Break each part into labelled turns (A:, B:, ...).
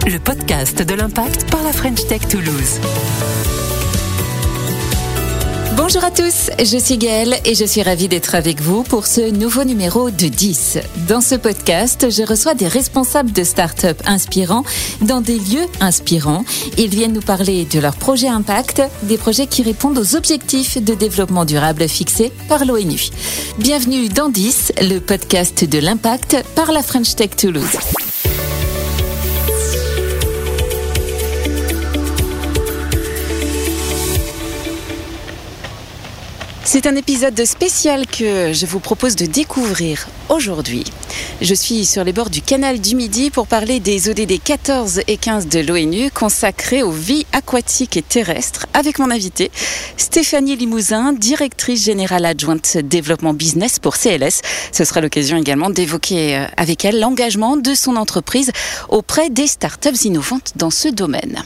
A: le podcast de l'Impact par la French Tech Toulouse.
B: Bonjour à tous, je suis Gaëlle et je suis ravie d'être avec vous pour ce nouveau numéro de 10. Dans ce podcast, je reçois des responsables de start-up inspirants dans des lieux inspirants. Ils viennent nous parler de leurs projets impact, des projets qui répondent aux objectifs de développement durable fixés par l'ONU. Bienvenue dans 10, le podcast de l'Impact par la French Tech Toulouse. C'est un épisode spécial que je vous propose de découvrir aujourd'hui. Je suis sur les bords du canal du Midi pour parler des ODD 14 et 15 de l'ONU consacrés aux vies aquatiques et terrestres avec mon invitée Stéphanie Limousin, directrice générale adjointe développement business pour CLS. Ce sera l'occasion également d'évoquer avec elle l'engagement de son entreprise auprès des startups innovantes dans ce domaine.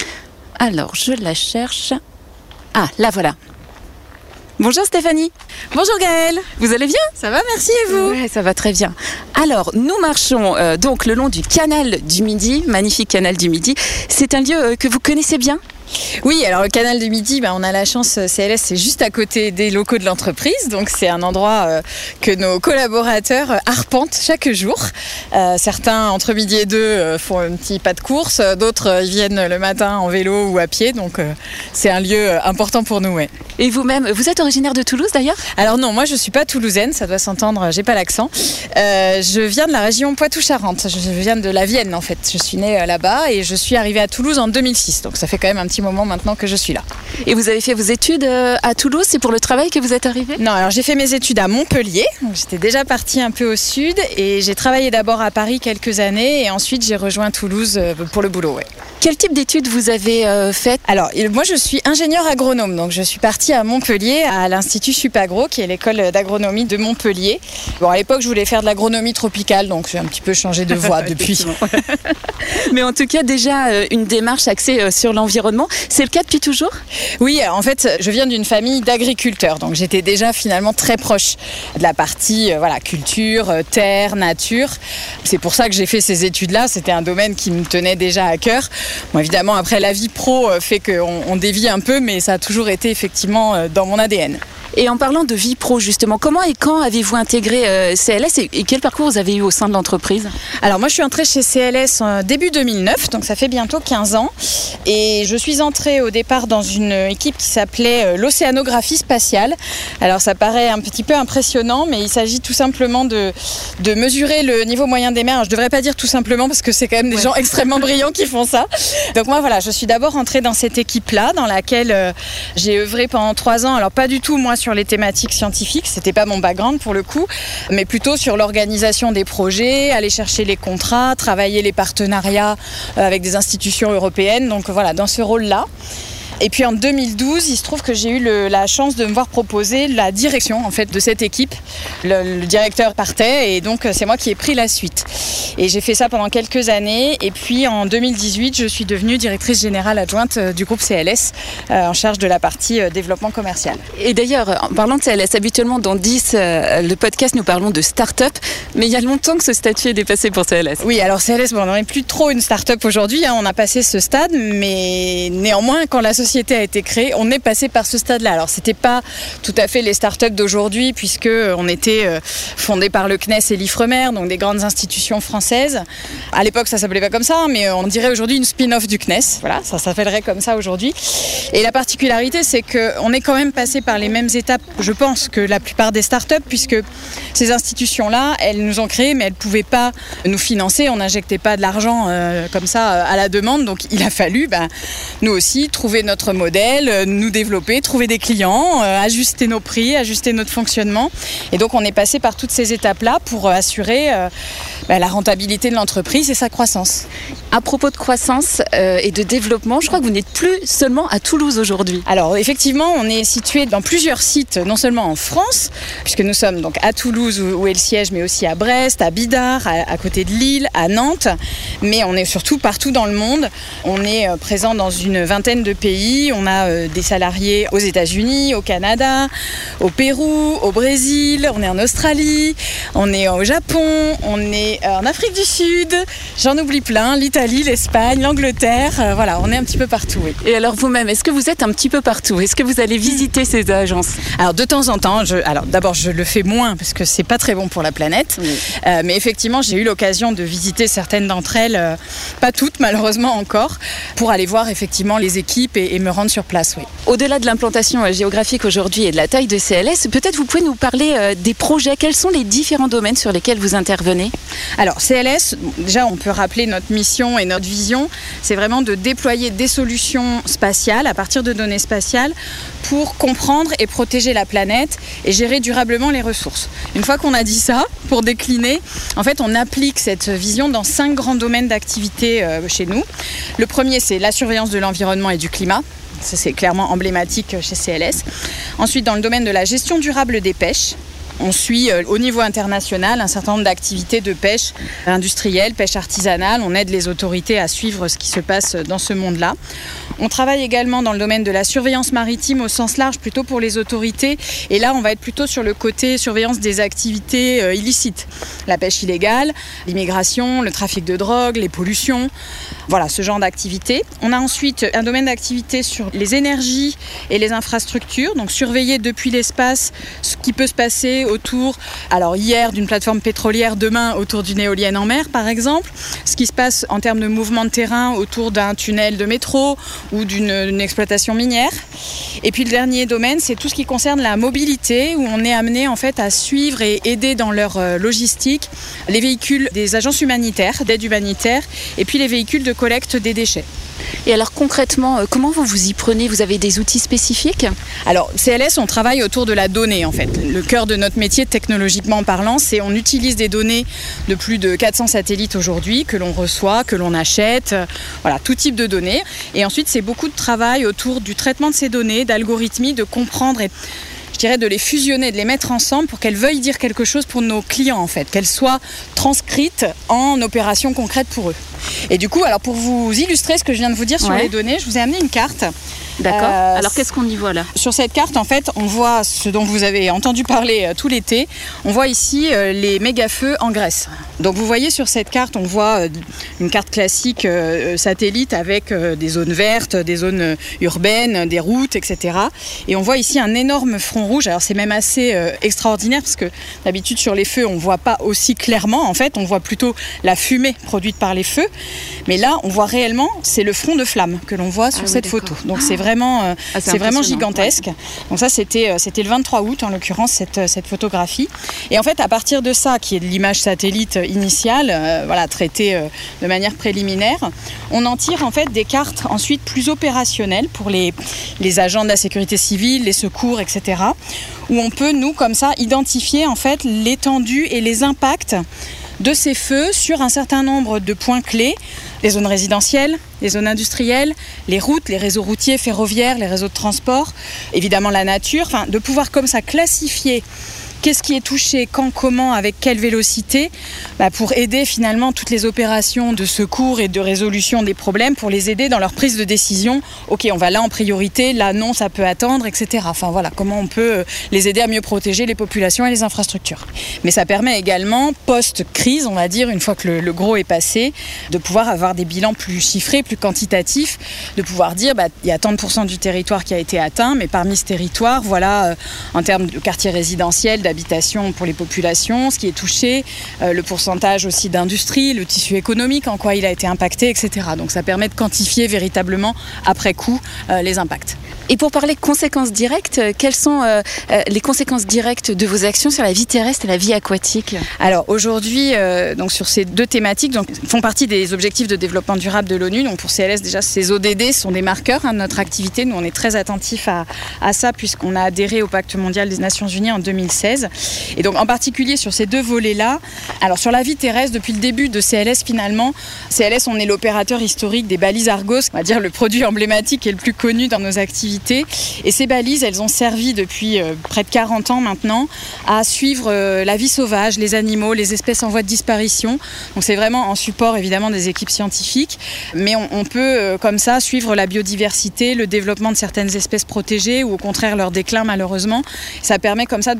B: Alors, je la cherche. Ah, la voilà. Bonjour Stéphanie.
C: Bonjour Gaëlle.
B: Vous allez bien ?
C: Ça va, merci et vous ?
B: Ouais, ça va très bien. Alors, nous marchons donc le long du canal du Midi, magnifique canal du Midi. C'est un lieu que vous connaissez bien ?
C: Oui, alors le canal du Midi, on a la chance, CLS c'est juste à côté des locaux de l'entreprise, donc c'est un endroit que nos collaborateurs arpentent chaque jour. Certains entre midi et 2 font un petit pas de course, d'autres ils viennent le matin en vélo ou à pied, donc c'est un lieu important pour nous. Ouais.
B: Et vous-même, vous êtes originaire de Toulouse d'ailleurs ?
C: Alors non, moi je suis pas toulousaine, ça doit s'entendre, j'ai pas l'accent. Je viens de la région Poitou-Charentes, je viens de la Vienne en fait. Je suis née là-bas et je suis arrivée à Toulouse en 2006, donc ça fait quand même un petit moment maintenant que je suis là.
B: Et vous avez fait vos études à Toulouse, c'est pour le travail que vous êtes arrivée ?
C: Non, alors j'ai fait mes études à Montpellier, donc j'étais déjà partie un peu au sud et j'ai travaillé d'abord à Paris quelques années et ensuite j'ai rejoint Toulouse pour le boulot. Ouais.
B: Quel type d'études vous avez faites ?
C: Alors, moi je suis ingénieure agronome, donc je suis partie à Montpellier à l'Institut Supagro, qui est l'école d'agronomie de Montpellier. Bon, à l'époque je voulais faire de l'agronomie tropicale, donc j'ai un petit peu changé de voie depuis.
B: Mais en tout cas déjà une démarche axée sur l'environnement, c'est le cas depuis toujours ?
C: Oui, en fait je viens d'une famille d'agriculteurs, donc j'étais déjà finalement très proche de la partie culture, terre, nature. C'est pour ça que j'ai fait ces études-là, c'était un domaine qui me tenait déjà à cœur. Bon, évidemment, après, la vie pro fait qu'on dévie un peu, mais ça a toujours été effectivement dans mon ADN.
B: Et en parlant de vie pro, justement, comment et quand avez-vous intégré CLS et quel parcours vous avez eu au sein de l'entreprise ?
C: Alors moi, je suis entrée chez CLS en début 2009, donc ça fait bientôt 15 ans. Et je suis entrée au départ dans une équipe qui s'appelait l'Océanographie spatiale. Alors ça paraît un petit peu impressionnant, mais il s'agit tout simplement de mesurer le niveau moyen des mers. Alors, je ne devrais pas dire tout simplement, parce que c'est quand même des gens extrêmement brillants qui font ça. Donc moi, je suis d'abord entrée dans cette équipe-là, dans laquelle j'ai œuvré pendant 3 ans. Alors pas du tout, moi, sur les thématiques scientifiques, c'était pas mon background pour le coup, mais plutôt sur l'organisation des projets, aller chercher les contrats, travailler les partenariats avec des institutions européennes, donc voilà, dans ce rôle-là. Et puis en 2012, il se trouve que j'ai eu la chance de me voir proposer la direction en fait de cette équipe. Le directeur partait et donc c'est moi qui ai pris la suite. Et j'ai fait ça pendant quelques années. Et puis en 2018, je suis devenue directrice générale adjointe du groupe CLS en charge de la partie développement commercial.
B: Et d'ailleurs, en parlant de CLS, habituellement dans 10, le podcast, nous parlons de start-up. Mais il y a longtemps que ce statut est dépassé pour CLS.
C: Oui, alors CLS, on n'en est plus trop une start-up aujourd'hui. On a passé ce stade, mais néanmoins, quand la société a été créée, on est passé par ce stade-là. Alors, c'était pas tout à fait les startups d'aujourd'hui, puisque on était fondé par le CNES et l'Ifremer, donc des grandes institutions françaises. À l'époque, ça s'appelait pas comme ça, mais on dirait aujourd'hui une spin-off du CNES. Voilà, ça s'appellerait comme ça aujourd'hui. Et la particularité, c'est qu'on est quand même passé par les mêmes étapes, je pense, que la plupart des startups, puisque ces institutions-là, elles nous ont créés, mais elles ne pouvaient pas nous financer. On n'injectait pas de l'argent comme ça à la demande. Donc, il a fallu, nous aussi, trouver notre modèle, nous développer, trouver des clients, ajuster nos prix, ajuster notre fonctionnement. Et donc, on est passé par toutes ces étapes-là pour assurer la rentabilité de l'entreprise et sa croissance.
B: À propos de croissance et de développement, je crois que vous n'êtes plus seulement à Toulouse aujourd'hui.
C: Alors, effectivement, on est situé dans plusieurs sites, non seulement en France, puisque nous sommes donc à Toulouse où est le siège, mais aussi à Brest, à Bidart, à côté de Lille, à Nantes. Mais on est surtout partout dans le monde. On est présent dans une vingtaine de pays. On a des salariés aux États-Unis, au Canada, au Pérou, au Brésil. On est en Australie, on est au Japon, on est en Afrique l'Afrique du Sud, j'en oublie plein, l'Italie, l'Espagne, l'Angleterre, voilà, on est un petit peu partout. Oui.
B: Et alors vous-même, est-ce que vous êtes un petit peu partout? Est-ce que vous allez visiter ces agences?
C: Alors de temps en temps, d'abord je le fais moins parce que c'est pas très bon pour la planète, oui. Mais effectivement j'ai eu l'occasion de visiter certaines d'entre elles, pas toutes malheureusement encore, pour aller voir effectivement les équipes et me rendre sur place. Oui.
B: Au-delà de l'implantation géographique aujourd'hui et de la taille de CLS, peut-être vous pouvez nous parler des projets. Quels sont les différents domaines sur lesquels vous intervenez?
C: Alors CLS, déjà on peut rappeler notre mission et notre vision, c'est vraiment de déployer des solutions spatiales à partir de données spatiales pour comprendre et protéger la planète et gérer durablement les ressources. Une fois qu'on a dit ça, pour décliner, en fait on applique cette vision dans 5 grands domaines d'activité chez nous. Le premier c'est la surveillance de l'environnement et du climat. Ça, c'est clairement emblématique chez CLS. Ensuite, dans le domaine de la gestion durable des pêches, on suit au niveau international un certain nombre d'activités de pêche industrielle, pêche artisanale. On aide les autorités à suivre ce qui se passe dans ce monde-là. On travaille également dans le domaine de la surveillance maritime au sens large, plutôt pour les autorités. Et là, on va être plutôt sur le côté surveillance des activités illicites. La pêche illégale, l'immigration, le trafic de drogue, les pollutions. Voilà, ce genre d'activité. On a ensuite un domaine d'activité sur les énergies et les infrastructures. Donc surveiller depuis l'espace ce qui peut se passer autour, alors hier d'une plateforme pétrolière, demain autour d'une éolienne en mer par exemple, ce qui se passe en termes de mouvement de terrain autour d'un tunnel de métro ou d'une exploitation minière. Et puis le dernier domaine, c'est tout ce qui concerne la mobilité, où on est amené en fait à suivre et aider dans leur logistique les véhicules des agences humanitaires, d'aide humanitaire, et puis les véhicules de collecte des déchets.
B: Et alors concrètement, comment vous vous y prenez? Vous avez des outils spécifiques?
C: Alors CLS, on travaille autour de la donnée en fait. Le cœur de notre métier, technologiquement parlant, c'est on utilise des données de plus de 400 satellites aujourd'hui que l'on reçoit, que l'on achète, voilà, tout type de données. Et ensuite, c'est beaucoup de travail autour du traitement de ces données, d'algorithmie, de comprendre et je dirais de les fusionner, de les mettre ensemble pour qu'elles veuillent dire quelque chose pour nos clients en fait, qu'elles soient transcrites en opérations concrètes pour eux. Et du coup, alors pour vous illustrer ce que je viens de vous dire sur les données, je vous ai amené une carte.
B: D'accord. Alors qu'est-ce qu'on y voit là?
C: Sur cette carte, en fait, on voit ce dont vous avez entendu parler tout l'été. On voit ici les méga-feux en Grèce. Donc vous voyez sur cette carte, on voit une carte classique satellite avec des zones vertes, des zones urbaines, des routes, etc. Et on voit ici un énorme front rouge. Alors c'est même assez extraordinaire parce que d'habitude sur les feux, on ne voit pas aussi clairement. En fait, on voit plutôt la fumée produite par les feux. Mais là, on voit réellement, c'est le front de flamme que l'on voit sur cette photo. Donc c'est vraiment gigantesque. Ouais. Donc ça, c'était le 23 août, en l'occurrence, cette photographie. Et en fait, à partir de ça, qui est de l'image satellite initiale, traitée de manière préliminaire, on en tire en fait des cartes ensuite plus opérationnelles pour les agents de la sécurité civile, les secours, etc. Où on peut, nous, comme ça, identifier en fait l'étendue et les impacts de ces feux sur un certain nombre de points clés, les zones résidentielles, les zones industrielles, les routes, les réseaux routiers, ferroviaires, les réseaux de transport, évidemment la nature, de pouvoir comme ça classifier qu'est-ce qui est touché, quand, comment, avec quelle vélocité, pour aider finalement toutes les opérations de secours et de résolution des problèmes, pour les aider dans leur prise de décision. Ok, on va là en priorité, là non, ça peut attendre, etc. Enfin voilà, comment on peut les aider à mieux protéger les populations et les infrastructures. Mais ça permet également, post-crise, on va dire, une fois que le gros est passé, de pouvoir avoir des bilans plus chiffrés, plus quantitatifs, de pouvoir dire, il y a tant de % du territoire qui a été atteint, mais parmi ce territoire, voilà, en termes de quartier résidentiel, d'habitation pour les populations, ce qui est touché, le pourcentage aussi d'industrie, le tissu économique, en quoi il a été impacté, etc. Donc ça permet de quantifier véritablement, après coup, les impacts.
B: Et pour parler de conséquences directes, quelles sont les conséquences directes de vos actions sur la vie terrestre et la vie aquatique?
C: Alors aujourd'hui, donc sur ces deux thématiques, donc font partie des objectifs de développement durable de l'ONU. Donc pour CLS, déjà, ces ODD sont des marqueurs de notre activité. Nous, on est très attentifs à ça puisqu'on a adhéré au Pacte mondial des Nations Unies en 2016. Et donc en particulier sur ces deux volets-là, alors sur la vie terrestre, depuis le début de CLS finalement, CLS, on est l'opérateur historique des balises Argos, on va dire le produit emblématique et le plus connu dans nos activités. Et ces balises, elles ont servi depuis près de 40 ans maintenant à suivre la vie sauvage, les animaux, les espèces en voie de disparition. Donc c'est vraiment en support évidemment des équipes scientifiques, mais on peut comme ça suivre la biodiversité, le développement de certaines espèces protégées ou au contraire leur déclin malheureusement. Ça permet comme ça de donner beaucoup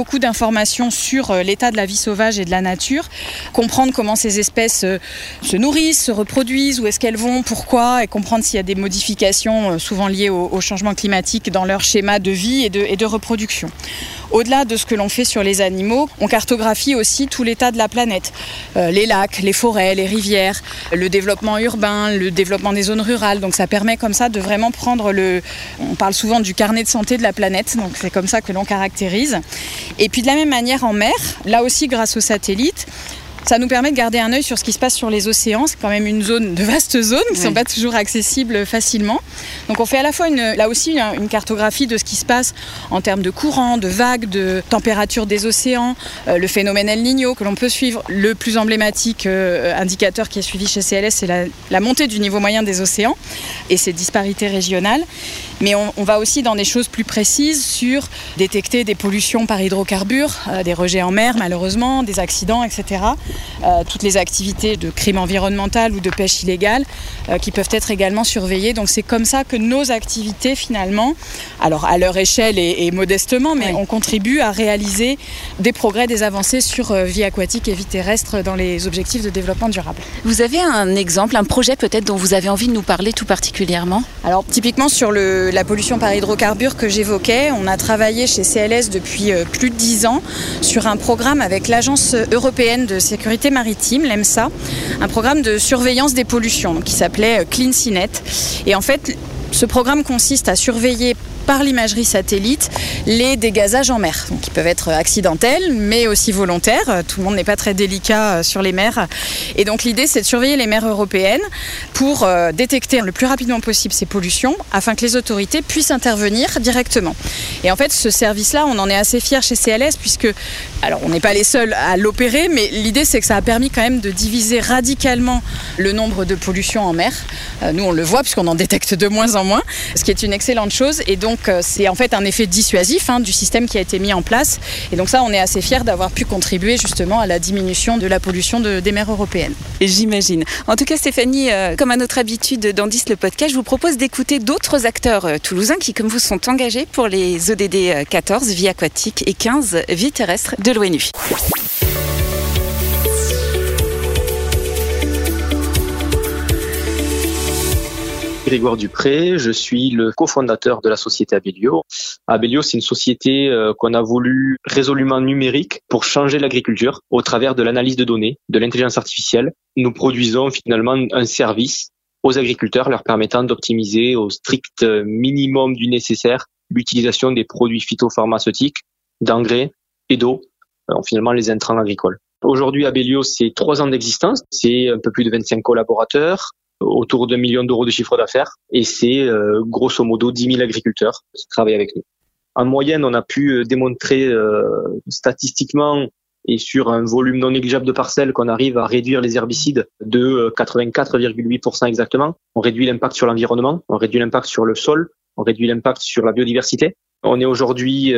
C: beaucoup d'informations sur l'état de la vie sauvage et de la nature, comprendre comment ces espèces se nourrissent, se reproduisent, où est-ce qu'elles vont, pourquoi, et comprendre s'il y a des modifications souvent liées au changement climatique dans leur schéma de vie et de reproduction. Au-delà de ce que l'on fait sur les animaux, on cartographie aussi tout l'état de la planète. Les lacs, les forêts, les rivières, le développement urbain, le développement des zones rurales. Donc ça permet comme ça de vraiment prendre on parle souvent du carnet de santé de la planète, donc c'est comme ça que l'on caractérise. Et puis de la même manière en mer, là aussi grâce aux satellites, ça nous permet de garder un œil sur ce qui se passe sur les océans. C'est quand même de vastes zones qui ne sont pas toujours accessibles facilement. Donc on fait à la fois là aussi une cartographie de ce qui se passe en termes de courants, de vagues, de température des océans, le phénomène El Niño que l'on peut suivre. Le plus emblématique indicateur qui est suivi chez CLS, c'est la montée du niveau moyen des océans et ses disparités régionales. Mais on va aussi dans des choses plus précises sur détecter des pollutions par hydrocarbures, des rejets en mer malheureusement, des accidents, etc. Toutes les activités de crime environnemental ou de pêche illégale qui peuvent être également surveillées. Donc c'est comme ça que nos activités finalement, alors à leur échelle et modestement, mais on contribue à réaliser des progrès, des avancées sur vie aquatique et vie terrestre dans les objectifs de développement durable.
B: Vous avez un exemple, un projet peut-être dont vous avez envie de nous parler tout particulièrement ?
C: Alors typiquement sur la pollution par hydrocarbures que j'évoquais, on a travaillé chez CLS depuis plus de 10 ans sur un programme avec l'Agence européenne de sécurité maritime, l'EMSA, un programme de surveillance des pollutions qui s'appelait CleanSeaNet. Et en fait, ce programme consiste à surveiller par l'imagerie satellite les dégazages en mer, donc qui peuvent être accidentels mais aussi volontaires. Tout le monde n'est pas très délicat sur les mers. Et donc l'idée, c'est de surveiller les mers européennes pour détecter le plus rapidement possible ces pollutions afin que les autorités puissent intervenir directement. Et en fait, ce service-là, on en est assez fiers chez CLS puisque, alors on n'est pas les seuls à l'opérer, mais l'idée, c'est que ça a permis quand même de diviser radicalement le nombre de pollutions en mer. Nous, on le voit puisqu'on en détecte de moins en moins, ce qui est une excellente chose. Et donc, c'est en fait un effet dissuasif du système qui a été mis en place. Et donc ça, on est assez fiers d'avoir pu contribuer justement à la diminution de la pollution des mers européennes.
B: J'imagine. En tout cas, Stéphanie, comme à notre habitude dans 10 le podcast, je vous propose d'écouter d'autres acteurs toulousains qui, comme vous, sont engagés pour les ODD 14, vie aquatique, et 15, vie terrestre de l'ONU.
D: Grégoire Dupré, je suis le cofondateur de la société Abellio. Abellio, c'est une société qu'on a voulu résolument numérique pour changer l'agriculture au travers de l'analyse de données, de l'intelligence artificielle. Nous produisons finalement un service aux agriculteurs leur permettant d'optimiser au strict minimum du nécessaire l'utilisation des produits phytopharmaceutiques, d'engrais et d'eau, finalement les intrants agricoles. Aujourd'hui, Abellio, c'est 3 ans d'existence, c'est un peu plus de 25 collaborateurs, autour d'1 million d'euros de chiffre d'affaires, et c'est grosso modo 10 000 agriculteurs qui travaillent avec nous. En moyenne, on a pu démontrer statistiquement et sur un volume non négligeable de parcelles qu'on arrive à réduire les herbicides de 84,8% exactement. On réduit l'impact sur l'environnement, on réduit l'impact sur le sol, on réduit l'impact sur la biodiversité. On est aujourd'hui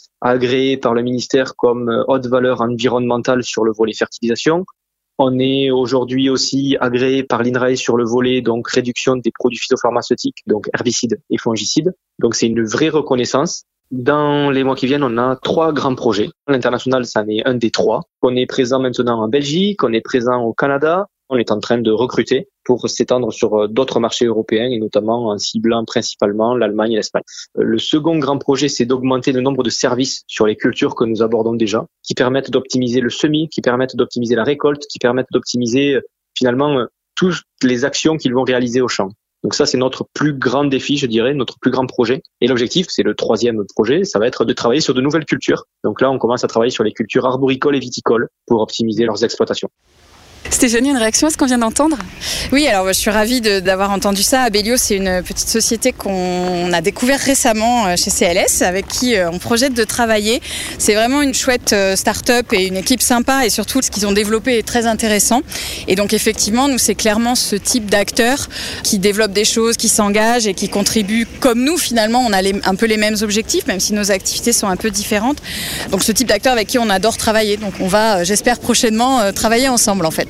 D: agréé par le ministère comme haute valeur environnementale sur le volet fertilisation. On est aujourd'hui aussi agréé par l'INRAE sur le volet donc réduction des produits phytopharmaceutiques, donc herbicides et fongicides. Donc c'est une vraie reconnaissance. Dans les mois qui viennent, on a 3 grands projets. L'international, ça en est un des 3. On est présent maintenant en Belgique, on est présent au Canada. On est en train de recruter pour s'étendre sur d'autres marchés européens et notamment en ciblant principalement l'Allemagne et l'Espagne. Le second grand projet, c'est d'augmenter le nombre de services sur les cultures que nous abordons déjà, qui permettent d'optimiser le semis, qui permettent d'optimiser la récolte, qui permettent d'optimiser finalement toutes les actions qu'ils vont réaliser au champ. Donc ça, c'est notre plus grand défi, je dirais, notre plus grand projet. Et l'objectif, c'est le 3e projet, ça va être de travailler sur de nouvelles cultures. Donc là, on commence à travailler sur les cultures arboricoles et viticoles pour optimiser leurs exploitations.
B: Stéphanie, une réaction à ce qu'on vient d'entendre ?
C: Oui, alors je suis ravie d'avoir entendu ça. Abellio, c'est une petite société qu'on a découvert récemment chez CLS, avec qui on projette de travailler. C'est vraiment une chouette start-up et une équipe sympa, et surtout ce qu'ils ont développé est très intéressant. Et donc effectivement, nous, c'est clairement ce type d'acteurs qui développent des choses, qui s'engagent et qui contribuent comme nous. Finalement, on a un peu les mêmes objectifs, même si nos activités sont un peu différentes. Donc ce type d'acteurs avec qui on adore travailler. Donc on va, j'espère prochainement, travailler ensemble en fait.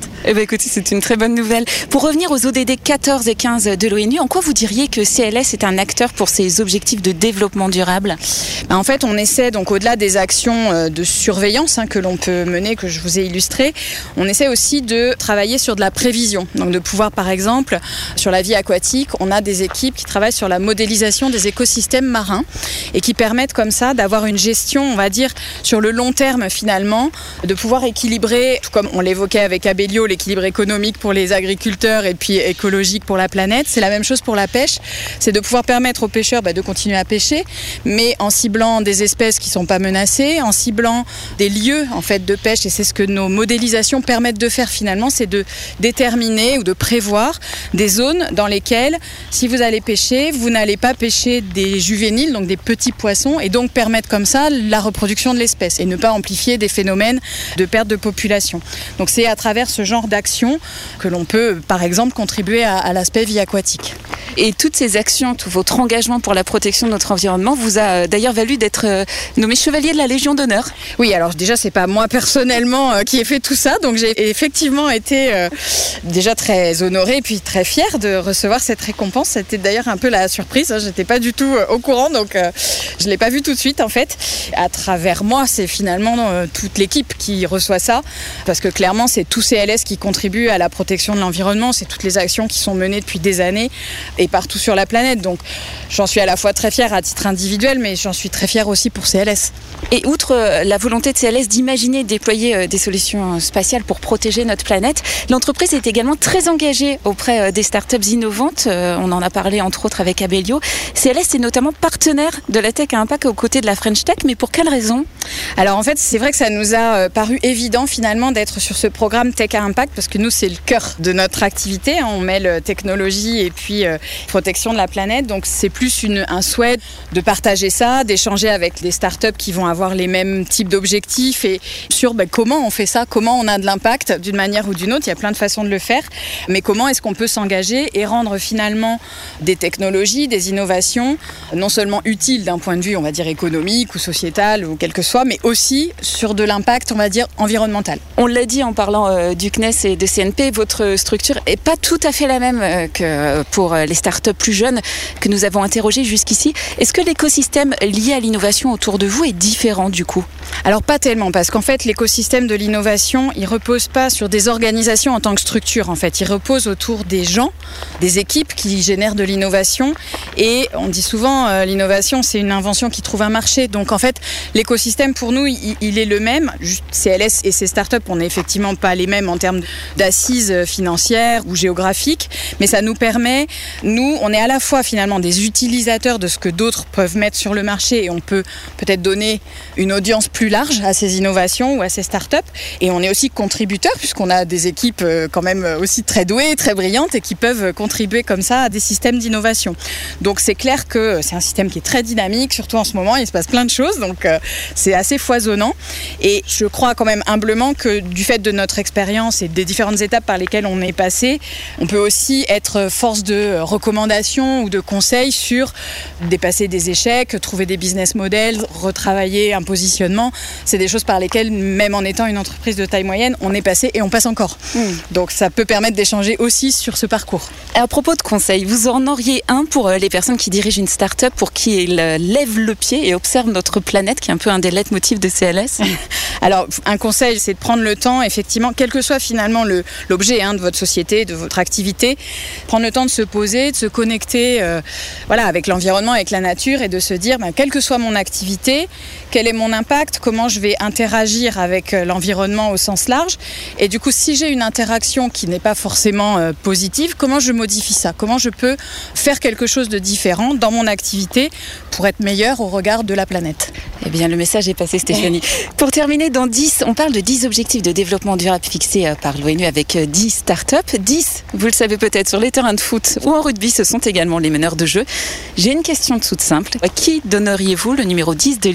B: Eh bien, écoutez, c'est une très bonne nouvelle. Pour revenir aux ODD 14 et 15 de l'ONU, en quoi vous diriez que CLS est un acteur pour ces objectifs de développement durable ?
C: En fait, on essaie, donc au-delà des actions de surveillance que l'on peut mener, que je vous ai illustrées, on essaie aussi de travailler sur de la prévision. Donc de pouvoir, par exemple, sur la vie aquatique, on a des équipes qui travaillent sur la modélisation des écosystèmes marins et qui permettent comme ça d'avoir une gestion, on va dire, sur le long terme finalement, de pouvoir équilibrer, tout comme on l'évoquait avec Abellio, l'équilibre économique pour les agriculteurs et puis écologique pour la planète. C'est la même chose pour la pêche, c'est de pouvoir permettre aux pêcheurs de continuer à pêcher, mais en ciblant des espèces qui ne sont pas menacées, en ciblant des lieux en fait de pêche, et c'est ce que nos modélisations permettent de faire finalement, c'est de déterminer ou de prévoir des zones dans lesquelles, si vous allez pêcher, vous n'allez pas pêcher des juvéniles, donc des petits poissons, et donc permettre comme ça la reproduction de l'espèce et ne pas amplifier des phénomènes de perte de population. Donc c'est à travers ce genre d'action que l'on peut, par exemple, contribuer à l'aspect vie aquatique.
B: Et toutes ces actions, tout votre engagement pour la protection de notre environnement vous a d'ailleurs valu d'être nommé chevalier de la Légion d'honneur.
C: Oui, alors déjà, c'est pas moi personnellement qui ai fait tout ça, donc j'ai effectivement été déjà très honorée et puis très fière de recevoir cette récompense. C'était d'ailleurs un peu la surprise, j'étais pas du tout au courant, donc je l'ai pas vu tout de suite en fait. À travers moi, c'est finalement toute l'équipe qui reçoit ça, parce que clairement, c'est tout CLS qui contribue à la protection de l'environnement, c'est toutes les actions qui sont menées depuis des années et partout sur la planète. Donc j'en suis à la fois très fière à titre individuel, mais j'en suis très fière aussi pour CLS.
B: Et outre la volonté de CLS d'imaginer et déployer des solutions spatiales pour protéger notre planète, l'entreprise est également très engagée auprès des startups innovantes. On en a parlé entre autres avec Abellio. CLS est notamment partenaire de la Tech à Impact aux côtés de la French Tech, mais pour quelle raison ?
C: Alors en fait, c'est vrai que ça nous a paru évident finalement d'être sur ce programme Tech à Impact, parce que nous, c'est le cœur de notre activité. On mêle technologie et puis protection de la planète. Donc c'est plus un souhait de partager ça, d'échanger avec des startups qui vont avoir les mêmes types d'objectifs et sur comment on fait ça, comment on a de l'impact d'une manière ou d'une autre. Il y a plein de façons de le faire, mais comment est-ce qu'on peut s'engager et rendre finalement des technologies, des innovations non seulement utiles d'un point de vue, on va dire, économique ou sociétal ou quel que soit, mais aussi sur de l'impact, on va dire, environnemental.
B: On l'a dit en parlant du CNES et de CNP, votre structure n'est pas tout à fait la même que pour les startups plus jeunes que nous avons interrogées jusqu'ici. Est-ce que l'écosystème lié à l'innovation autour de vous est différent du coup ?
C: Alors pas tellement, parce qu'en fait l'écosystème de l'innovation, il repose pas sur des organisations en tant que structure. En fait, il repose autour des gens, des équipes qui génèrent de l'innovation. Et on dit souvent l'innovation, c'est une invention qui trouve un marché. Donc en fait, l'écosystème pour nous, il est le même. CLS et ses startups, on n'est effectivement pas les mêmes en termes d'assises financières ou géographiques, mais ça nous permet, nous, on est à la fois finalement des utilisateurs de ce que d'autres peuvent mettre sur le marché et on peut peut-être donner une audience plus large à ces innovations ou à ces startups. Et on est aussi contributeurs puisqu'on a des équipes quand même aussi très douées, très brillantes et qui peuvent contribuer comme ça à des systèmes d'innovation. Donc c'est clair que c'est un système qui est très dynamique, surtout en ce moment, il se passe plein de choses, donc c'est assez foisonnant. Et je crois quand même humblement que du fait de notre expérience et des différentes étapes par lesquelles on est passé, on peut aussi être force de recommandation ou de conseils sur dépasser des échecs, trouver des business models, retravailler un positionnement. C'est des choses par lesquelles, même en étant une entreprise de taille moyenne, on est passé et on passe encore. Donc ça peut permettre d'échanger aussi sur ce parcours.
B: À propos de conseils, vous en auriez un pour les personnes qui dirigent une start-up, pour qui ils lèvent le pied et observent notre planète, qui est un peu un des leitmotifs de CLS ?
C: Alors, un conseil, c'est de prendre le temps, effectivement, quel que soit finalement l'objet de votre société, de votre activité, prendre le temps de se poser, de se connecter avec l'environnement, avec la nature et de se dire, quelle que soit mon activité, quel est mon impact, comment je vais interagir avec l'environnement au sens large. Et du coup, si j'ai une interaction qui n'est pas forcément positive, comment je modifie ça ? Comment je peux faire quelque chose de différent dans mon activité pour être meilleur au regard de la planète ?
B: Eh bien, le message est passé, Stéphanie. Pour terminer, on parle de 10 objectifs de développement durable fixés par l'ONU avec 10 startups. 10, vous le savez peut-être, sur les terrains de foot ou en rugby, ce sont également les meneurs de jeu. J'ai une question toute simple. Qui donneriez-vous le numéro 10 de leader ?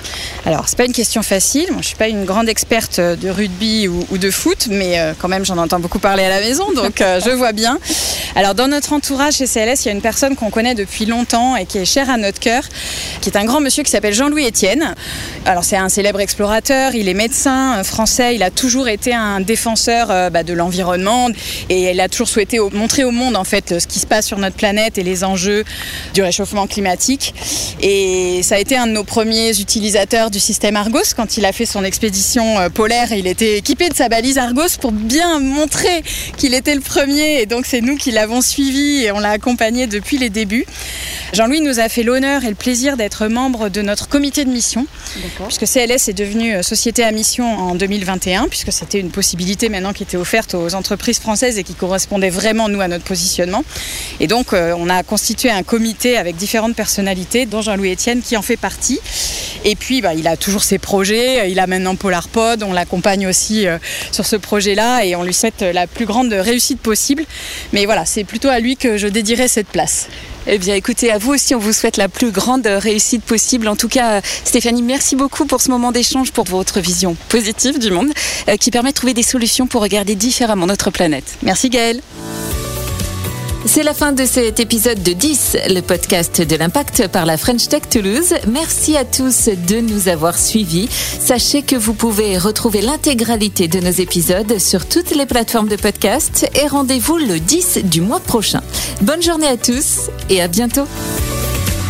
C: Alors, c'est pas une question facile. Moi, je suis pas une grande experte de rugby ou de foot, mais quand même, j'en entends beaucoup parler à la maison, donc je vois bien. Alors, dans notre entourage chez CLS, il y a une personne qu'on connaît depuis longtemps et qui est chère à notre cœur, qui est un grand monsieur qui s'appelle Jean-Louis Etienne. Alors, c'est un célèbre explorateur, il est médecin français, il a toujours été un défenseur de l'environnement et il a toujours souhaité montrer au monde, en fait, ce qui se passe sur notre planète et les enjeux du réchauffement climatique. Et ça a été un de nos premiers utilisateurs du système Argos. Quand il a fait son expédition polaire, il était équipé de sa balise Argos pour bien montrer qu'il était le premier. Et donc, c'est nous qui l'avons suivi et on l'a accompagné depuis les débuts. Jean-Louis nous a fait l'honneur et le plaisir d'être membre de notre comité de mission. D'accord. Puisque CLS est devenue société à mission en 2021, puisque c'était une possibilité maintenant qui était offerte aux entreprises françaises et qui correspondait vraiment, nous, à notre positionnement. Et donc, on a constitué un comité avec différentes personnalités, dont Jean-Louis Etienne, qui en fait partie. Et puis, il a toujours ses projets. Il a maintenant PolarPod. On l'accompagne aussi sur ce projet-là et on lui souhaite la plus grande réussite possible. Mais voilà, c'est plutôt à lui que je dédierai cette place.
B: Eh bien, écoutez, à vous aussi, on vous souhaite la plus grande réussite possible. En tout cas, Stéphanie, merci beaucoup pour ce moment d'échange, pour votre vision positive du monde, qui permet de trouver des solutions pour regarder différemment notre planète. Merci Gaëlle. C'est la fin de cet épisode de 10, le podcast de l'Impact par la French Tech Toulouse. Merci à tous de nous avoir suivis. Sachez que vous pouvez retrouver l'intégralité de nos épisodes sur toutes les plateformes de podcast et rendez-vous le 10 du mois prochain. Bonne journée à tous et à bientôt.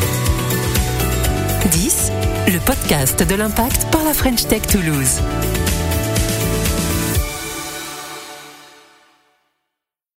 A: 10, le podcast de l'Impact par la French Tech Toulouse.